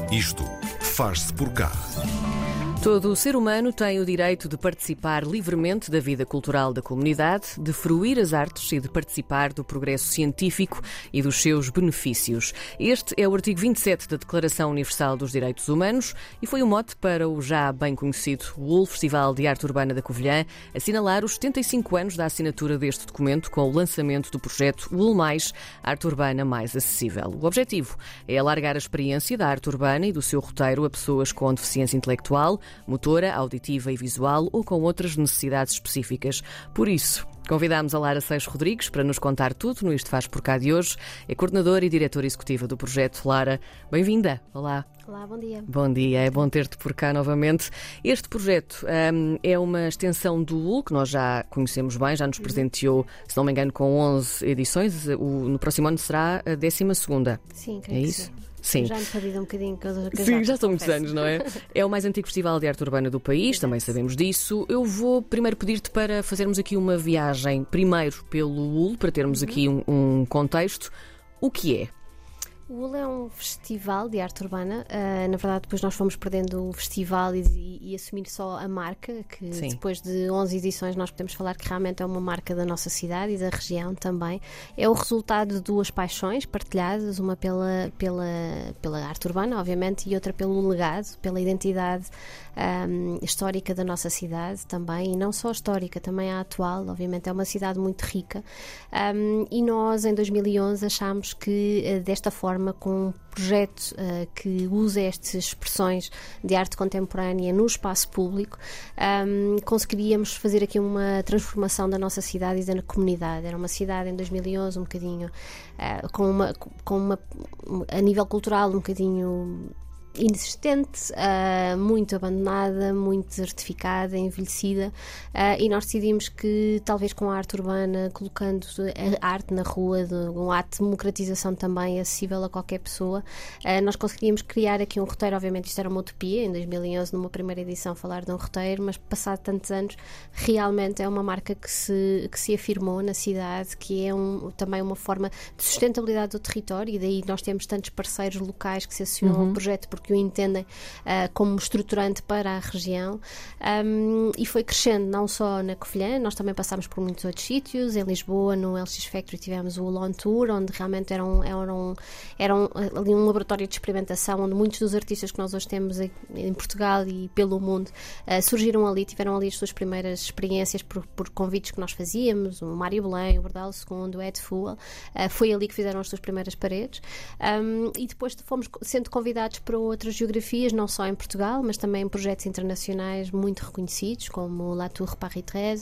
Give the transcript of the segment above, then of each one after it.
Isto faz-se por cá. Todo o ser humano tem o direito de participar livremente da vida cultural da comunidade, de fruir as artes e de participar do progresso científico e dos seus benefícios. Este é o artigo 27 da Declaração Universal dos Direitos Humanos e foi o mote para o já bem conhecido WUL, Festival de Arte Urbana da Covilhã, assinalar os 75 anos da assinatura deste documento com o lançamento do projeto WUL+, Arte Urbana Mais Acessível. O objetivo é alargar a experiência da arte urbana e do seu roteiro a pessoas com deficiência intelectual, motora, auditiva e visual ou com outras necessidades específicas. Por isso, convidámos a Lara Seixas Rodrigues para nos contar tudo no Isto Faz Por Cá de hoje. É coordenadora e diretora executiva do projeto. Lara, bem-vinda. Olá. Olá, bom dia. Bom dia, é bom ter-te por cá novamente. Este projeto é uma extensão do WUL, que nós já conhecemos bem, já nos presenteou, se não me engano, com 11 edições. No próximo ano será a 12ª. Sim, creio é que isso? Sim. Já me perdi um bocadinho. Sim, já são muitos anos, não é? É o mais antigo festival de arte urbana do país, Exato. Também sabemos disso. Eu vou primeiro pedir-te para fazermos aqui uma viagem, primeiro pelo WUL, para termos aqui um contexto. O que é? O WUL é um festival de arte urbana. Na verdade, depois nós fomos perdendo o festival e assumir só a marca, que Sim. Depois de 11 edições nós podemos falar que realmente é uma marca da nossa cidade e da região também. É o resultado de duas paixões partilhadas, uma pela arte urbana, obviamente, e outra pelo legado, pela identidade histórica da nossa cidade também, e não só histórica, também a atual. Obviamente é uma cidade muito rica. E nós, em 2011, achámos que desta forma, com um projeto que usa estas expressões de arte contemporânea no espaço público, conseguiríamos fazer aqui uma transformação da nossa cidade e da comunidade. Era uma cidade em 2011 um bocadinho a nível cultural um bocadinho inexistente, muito abandonada, muito desertificada, envelhecida, e nós decidimos que talvez com a arte urbana, colocando a arte na rua, um ato de democratização também acessível a qualquer pessoa, nós conseguiríamos criar aqui um roteiro. Obviamente isto era uma utopia, em 2011 numa primeira edição falar de um roteiro, mas passado tantos anos realmente é uma marca que se afirmou na cidade, que é também uma forma de sustentabilidade do território, e daí nós temos tantos parceiros locais que se associam ao projeto porque o entendem como estruturante para a região, e foi crescendo não só na Covilhã. Nós também passámos por muitos outros sítios. Em Lisboa, no LX Factory, tivemos o On Tour, onde realmente era ali um laboratório de experimentação, onde muitos dos artistas que nós hoje temos em Portugal e pelo mundo surgiram ali, tiveram ali as suas primeiras experiências por convites que nós fazíamos, o Mário Belém, o Bordal II, o Ed Fuel, foi ali que fizeram as suas primeiras paredes, e depois fomos sendo convidados para outras geografias, não só em Portugal, mas também em projetos internacionais muito reconhecidos, como o La Tour Paris 13,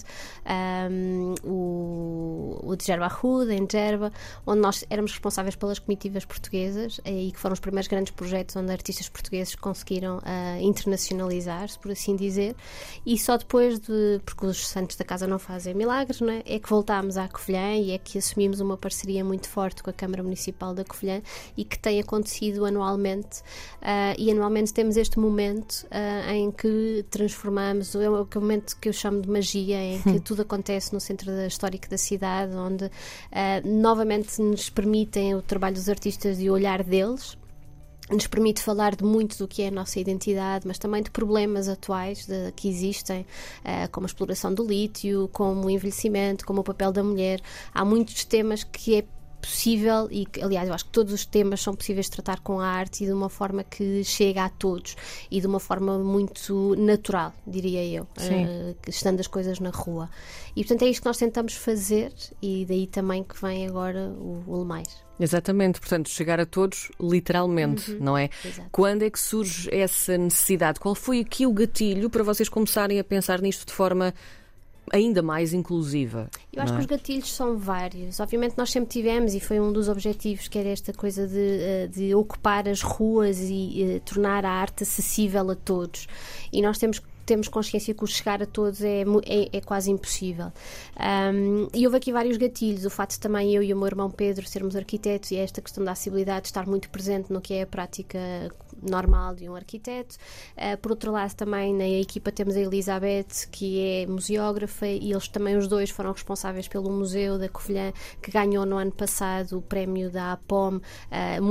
o de Djerba, em Djerba, onde nós éramos responsáveis pelas comitivas portuguesas, e que foram os primeiros grandes projetos onde artistas portugueses conseguiram internacionalizar-se, por assim dizer. E só depois porque os santos da casa não fazem milagres, não é? É que voltámos à Covilhã e é que assumimos uma parceria muito forte com a Câmara Municipal da Covilhã, e que tem acontecido anualmente. E anualmente temos este momento em que transformamos, é o momento que eu chamo de magia, em que tudo acontece no centro histórico da cidade, onde novamente nos permitem o trabalho dos artistas e o olhar deles. Nos permite falar de muito do que é a nossa identidade, mas também de problemas atuais que existem, como a exploração do lítio, como o envelhecimento, como o papel da mulher. Há muitos temas que é possível, e aliás eu acho que todos os temas são possíveis de tratar com a arte, e de uma forma que chega a todos e de uma forma muito natural, diria eu, estando as coisas na rua. E portanto é isto que nós tentamos fazer, e daí também que vem agora o WUL+. Exatamente, portanto, chegar a todos literalmente, não é? Exato. Quando é que surge essa necessidade? Qual foi aqui o gatilho para vocês começarem a pensar nisto de forma ainda mais inclusiva? Eu acho que os gatilhos são vários. Obviamente nós sempre tivemos, e foi um dos objetivos, que era esta coisa de ocupar as ruas e tornar a arte acessível a todos. E nós temos consciência que o chegar a todos é quase impossível. E houve aqui vários gatilhos. O facto de também eu e o meu irmão Pedro sermos arquitetos, e esta questão da acessibilidade estar muito presente no que é a prática normal de um arquiteto. Por outro lado, também na equipa temos a Elizabeth, que é museógrafa, e eles também, os dois, foram responsáveis pelo Museu da Covilhã, que ganhou no ano passado o prémio da APOM, muito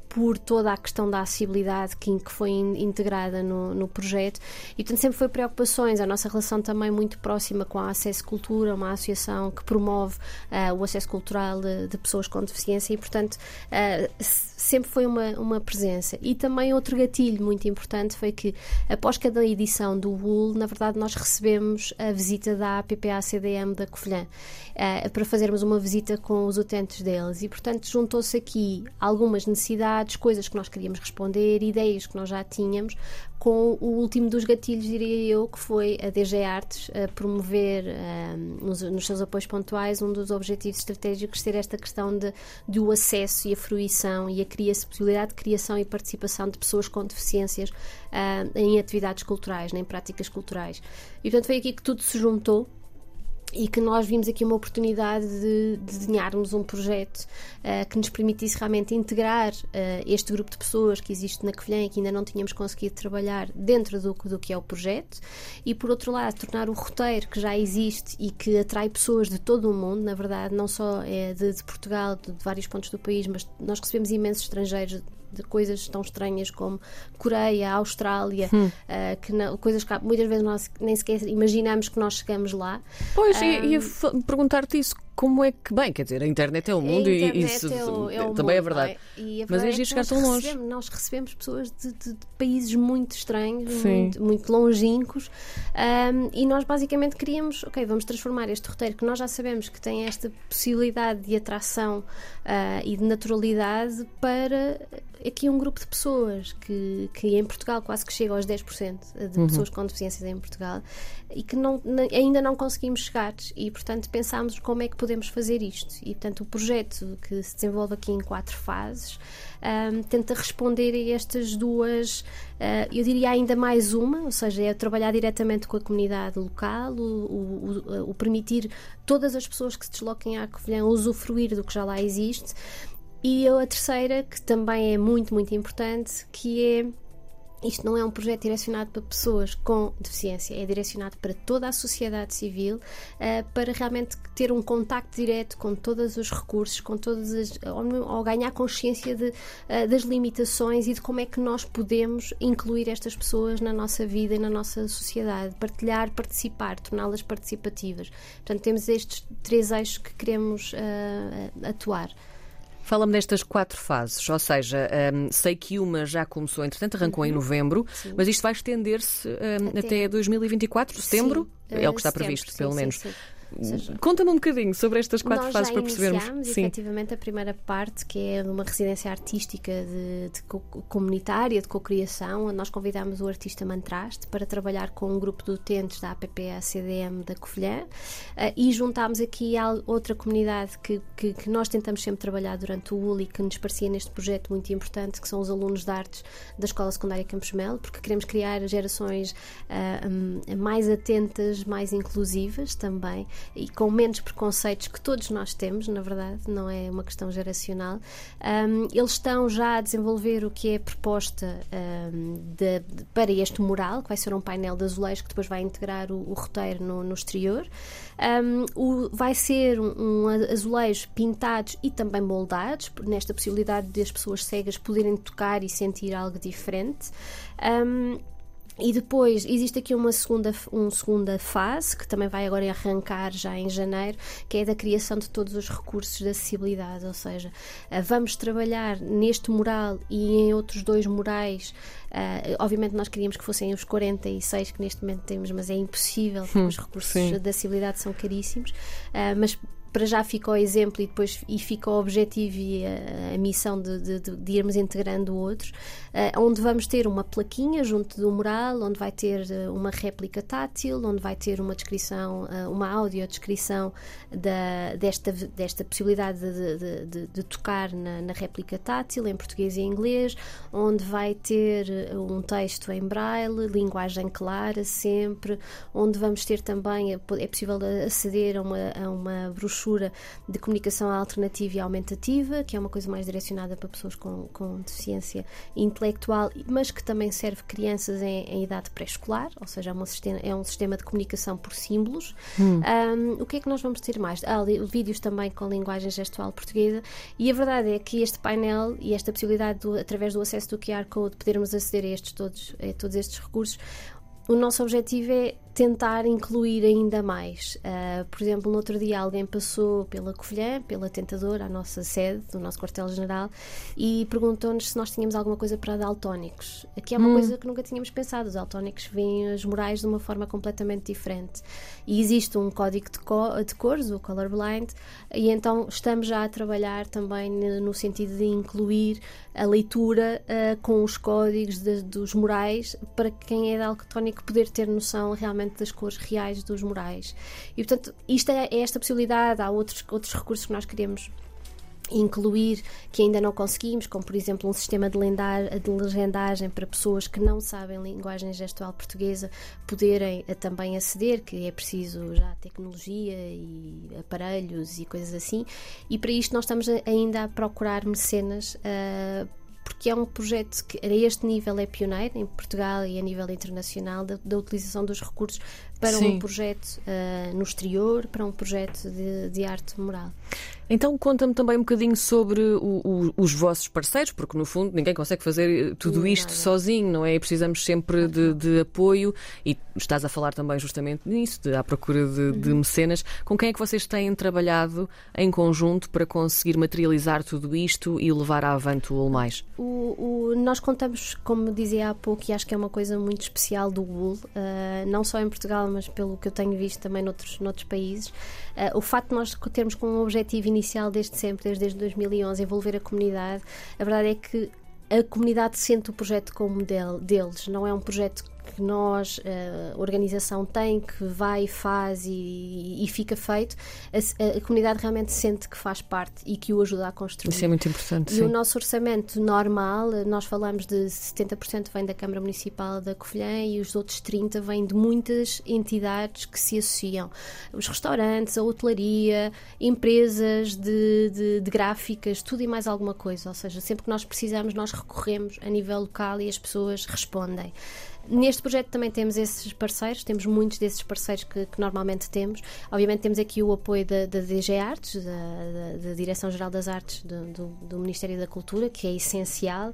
por toda a questão da acessibilidade que foi integrada no projeto, e portanto sempre foi preocupações. A nossa relação também muito próxima com a Acesso Cultura, uma associação que promove o acesso cultural de pessoas com deficiência, e portanto sempre foi uma presença. E também outro gatilho muito importante foi que após cada edição do WUL, na verdade nós recebemos a visita da APPA-CDM da Covilhã para fazermos uma visita com os utentes deles, e portanto juntou-se aqui algumas necessidades, coisas que nós queríamos responder, ideias que nós já tínhamos, com o último dos gatilhos, diria eu, que foi a DG Artes a promover nos seus apoios pontuais um dos objetivos estratégicos ser esta questão de o acesso e a fruição e a possibilidade de criação e participação de pessoas com deficiências em atividades culturais, em práticas culturais. E portanto foi aqui que tudo se juntou e que nós vimos aqui uma oportunidade de desenharmos um projeto que nos permitisse realmente integrar este grupo de pessoas que existe na Covilhã e que ainda não tínhamos conseguido trabalhar dentro do que é o projeto, e por outro lado tornar o roteiro que já existe e que atrai pessoas de todo o mundo, na verdade não só de Portugal, de vários pontos do país, mas nós recebemos imensos estrangeiros de coisas tão estranhas como Coreia, Austrália, coisas que muitas vezes nós nem sequer imaginamos que nós chegamos lá. Pois, ia perguntar-te isso. Como é que... Bem, quer dizer, a internet é o mundo e isso também é verdade. Mas é chegar tão longe. Nós recebemos pessoas de países muito estranhos, muito longínquos, e nós basicamente queríamos, vamos transformar este roteiro que nós já sabemos que tem esta possibilidade de atração e de naturalidade para aqui um grupo de pessoas que em Portugal quase que chega aos 10% de pessoas com deficiências em Portugal e que ainda não conseguimos chegar, e portanto pensámos como é que podemos fazer isto, e portanto o projeto, que se desenvolve aqui em 4 fases, tenta responder a estas duas, eu diria ainda mais uma, ou seja, é trabalhar diretamente com a comunidade local, o permitir todas as pessoas que se desloquem à Covilhã usufruir do que já lá existe. E a terceira, que também é muito, muito importante, que é: isto não é um projeto direcionado para pessoas com deficiência, é direcionado para toda a sociedade civil, para realmente ter um contacto direto com todos os recursos, com ou ganhar consciência das limitações e de como é que nós podemos incluir estas pessoas na nossa vida e na nossa sociedade, partilhar, participar, torná-las participativas. Portanto, temos estes 3 eixos que queremos atuar. Fala-me destas 4 fases, ou seja, sei que uma já começou, entretanto arrancou em novembro, mas isto vai estender-se até 2024, setembro? É o que está previsto, pelo menos. Sim. Conta-me um bocadinho sobre estas 4 fases para percebermos. Nós já iniciámos, efetivamente, a primeira parte, que é uma residência artística comunitária, de cocriação, onde nós convidámos o artista Mantraste para trabalhar com um grupo de utentes da APPA-CDM da Covilhã, e juntámos aqui outra comunidade que nós tentamos sempre trabalhar durante o UL e que nos parecia neste projeto muito importante, que são os alunos de artes da Escola Secundária Campos Melo, porque queremos criar gerações mais atentas, mais inclusivas também, e com menos preconceitos que todos nós temos, na verdade, não é uma questão geracional. Eles estão já a desenvolver o que é a proposta para este mural, que vai ser um painel de azulejos que depois vai integrar o roteiro no exterior. Vai ser um azulejos pintados e também moldados, nesta possibilidade de as pessoas cegas poderem tocar e sentir algo diferente. E depois existe aqui uma segunda fase, que também vai agora arrancar já em janeiro, que é da criação de todos os recursos de acessibilidade, ou seja, vamos trabalhar neste mural e em outros 2 murais. Obviamente nós queríamos que fossem os 46 que neste momento temos, mas é impossível porque os recursos de acessibilidade são caríssimos, mas para já fica o exemplo e fica o objetivo e a missão de irmos integrando outros, onde vamos ter uma plaquinha junto do mural, onde vai ter uma réplica tátil, onde vai ter uma descrição, uma audiodescrição desta possibilidade de tocar na réplica tátil em português e inglês, onde vai ter um texto em braille, linguagem clara sempre, onde vamos ter também, é possível aceder a uma brochura brochura de comunicação alternativa e aumentativa, que é uma coisa mais direcionada para pessoas com deficiência intelectual, mas que também serve crianças em idade pré-escolar, ou seja, é um sistema de comunicação por símbolos. O que é que nós vamos ter mais? Vídeos também com linguagem gestual portuguesa, e a verdade é que este painel e esta possibilidade, através do acesso do QR Code, podermos aceder a todos estes recursos. O nosso objetivo é tentar incluir ainda mais. Por exemplo, no outro dia alguém passou pela Covilhã, pela Tentadora, a nossa sede do nosso quartel-general, e perguntou-nos se nós tínhamos alguma coisa para daltónicos. Aqui é uma coisa que nunca tínhamos pensado. Os daltónicos veem as murais de uma forma completamente diferente. E existe um código de cores, o Colorblind, e então estamos já a trabalhar também no sentido de incluir a leitura com os códigos dos murais, para quem é daltónico poder ter noção realmente das cores reais dos murais. E, portanto, isto é esta possibilidade. Há outros recursos que nós queremos incluir que ainda não conseguimos, como por exemplo um sistema de legendagem para pessoas que não sabem linguagem gestual portuguesa poderem também aceder, que é preciso já tecnologia e aparelhos e coisas assim, e para isto nós estamos ainda a procurar mecenas, porque é um projeto que a este nível é pioneiro em Portugal e a nível internacional da utilização dos recursos para um projeto no exterior, para um projeto de arte mural. Então conta-me também um bocadinho sobre os vossos parceiros, porque no fundo ninguém consegue fazer tudo isto sozinho, não é? E precisamos sempre de apoio, e estás a falar também justamente nisso, à procura de mecenas. Com quem é que vocês têm trabalhado em conjunto para conseguir materializar tudo isto e levar avante o ULMais? Nós contamos, como dizia há pouco, e acho que é uma coisa muito especial do UL, não só em Portugal, mas pelo que eu tenho visto também noutros países, o facto de nós termos como objetivo inicial desde sempre, desde 2011, envolver a comunidade. A verdade é que a comunidade sente o projeto como modelo deles, não é um projeto que nós, a organização, tem, que vai e faz e fica feito. A comunidade realmente sente que faz parte e que o ajuda a construir. Isso é muito importante. E o nosso orçamento normal, nós falamos de 70% vem da Câmara Municipal da Covilhã e os outros 30% vêm de muitas entidades que se associam. Os restaurantes, a hotelaria, empresas de gráficas, tudo e mais alguma coisa. Ou seja, sempre que nós precisamos, nós recorremos a nível local e as pessoas respondem. Neste projeto também temos esses parceiros, temos muitos desses parceiros que normalmente temos. Obviamente temos aqui o apoio da DG Artes, da Direção-Geral das Artes do Ministério da Cultura, que é essencial,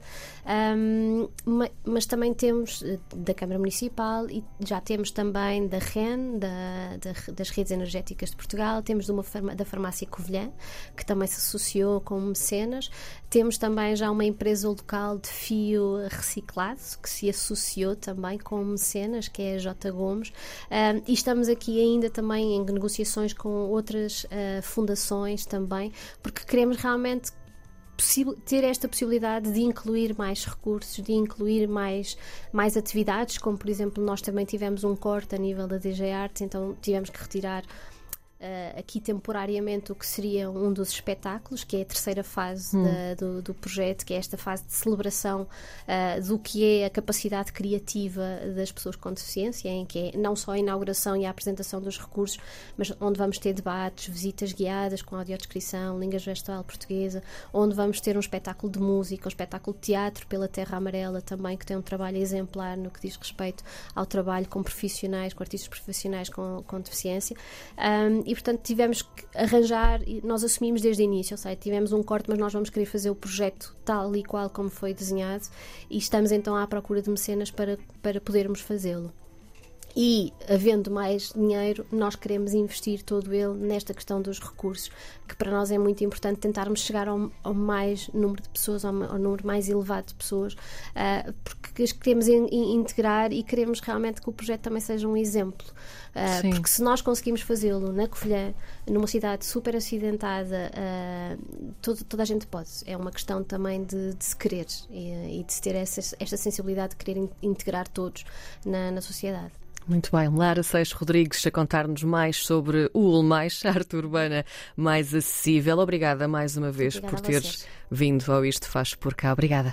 mas também temos da Câmara Municipal e já temos também da REN, das Redes Energéticas de Portugal, temos da Farmácia Covilhã, que também se associou com mecenas, temos também já uma empresa local de fio reciclado, que se associou também com mecenas, que é a J. Gomes, e estamos aqui ainda também em negociações com outras fundações também, porque queremos realmente ter esta possibilidade de incluir mais recursos, de incluir mais atividades, como por exemplo nós também tivemos um corte a nível da DG Artes, então tivemos que retirar aqui temporariamente o que seria um dos espetáculos, que é a terceira fase do projeto, que é esta fase de celebração do que é a capacidade criativa das pessoas com deficiência, em que é não só a inauguração e a apresentação dos recursos, mas onde vamos ter debates, visitas guiadas com audiodescrição, língua gestual portuguesa, onde vamos ter um espetáculo de música, um espetáculo de teatro pela Terra Amarela também, que tem um trabalho exemplar no que diz respeito ao trabalho com profissionais, com artistas profissionais com deficiência. E portanto tivemos que arranjar, nós assumimos desde o início, ou seja, tivemos um corte, mas nós vamos querer fazer o projeto tal e qual como foi desenhado, e estamos então à procura de mecenas para podermos fazê-lo. E, havendo mais dinheiro, nós queremos investir todo ele nesta questão dos recursos, que para nós é muito importante tentarmos chegar ao mais número de pessoas, ao número mais elevado de pessoas, porque as queremos integrar e queremos realmente que o projeto também seja um exemplo. Porque se nós conseguimos fazê-lo na Covilhã, numa cidade super acidentada, toda a gente pode. É uma questão também de se querer e de se ter esta sensibilidade de querer integrar todos na sociedade. Muito bem, Lara Seixas Rodrigues a contar-nos mais sobre o ULMais, a arte urbana mais acessível. Obrigada mais uma vez por teres vindo ao Isto Faz Por Cá. Obrigada.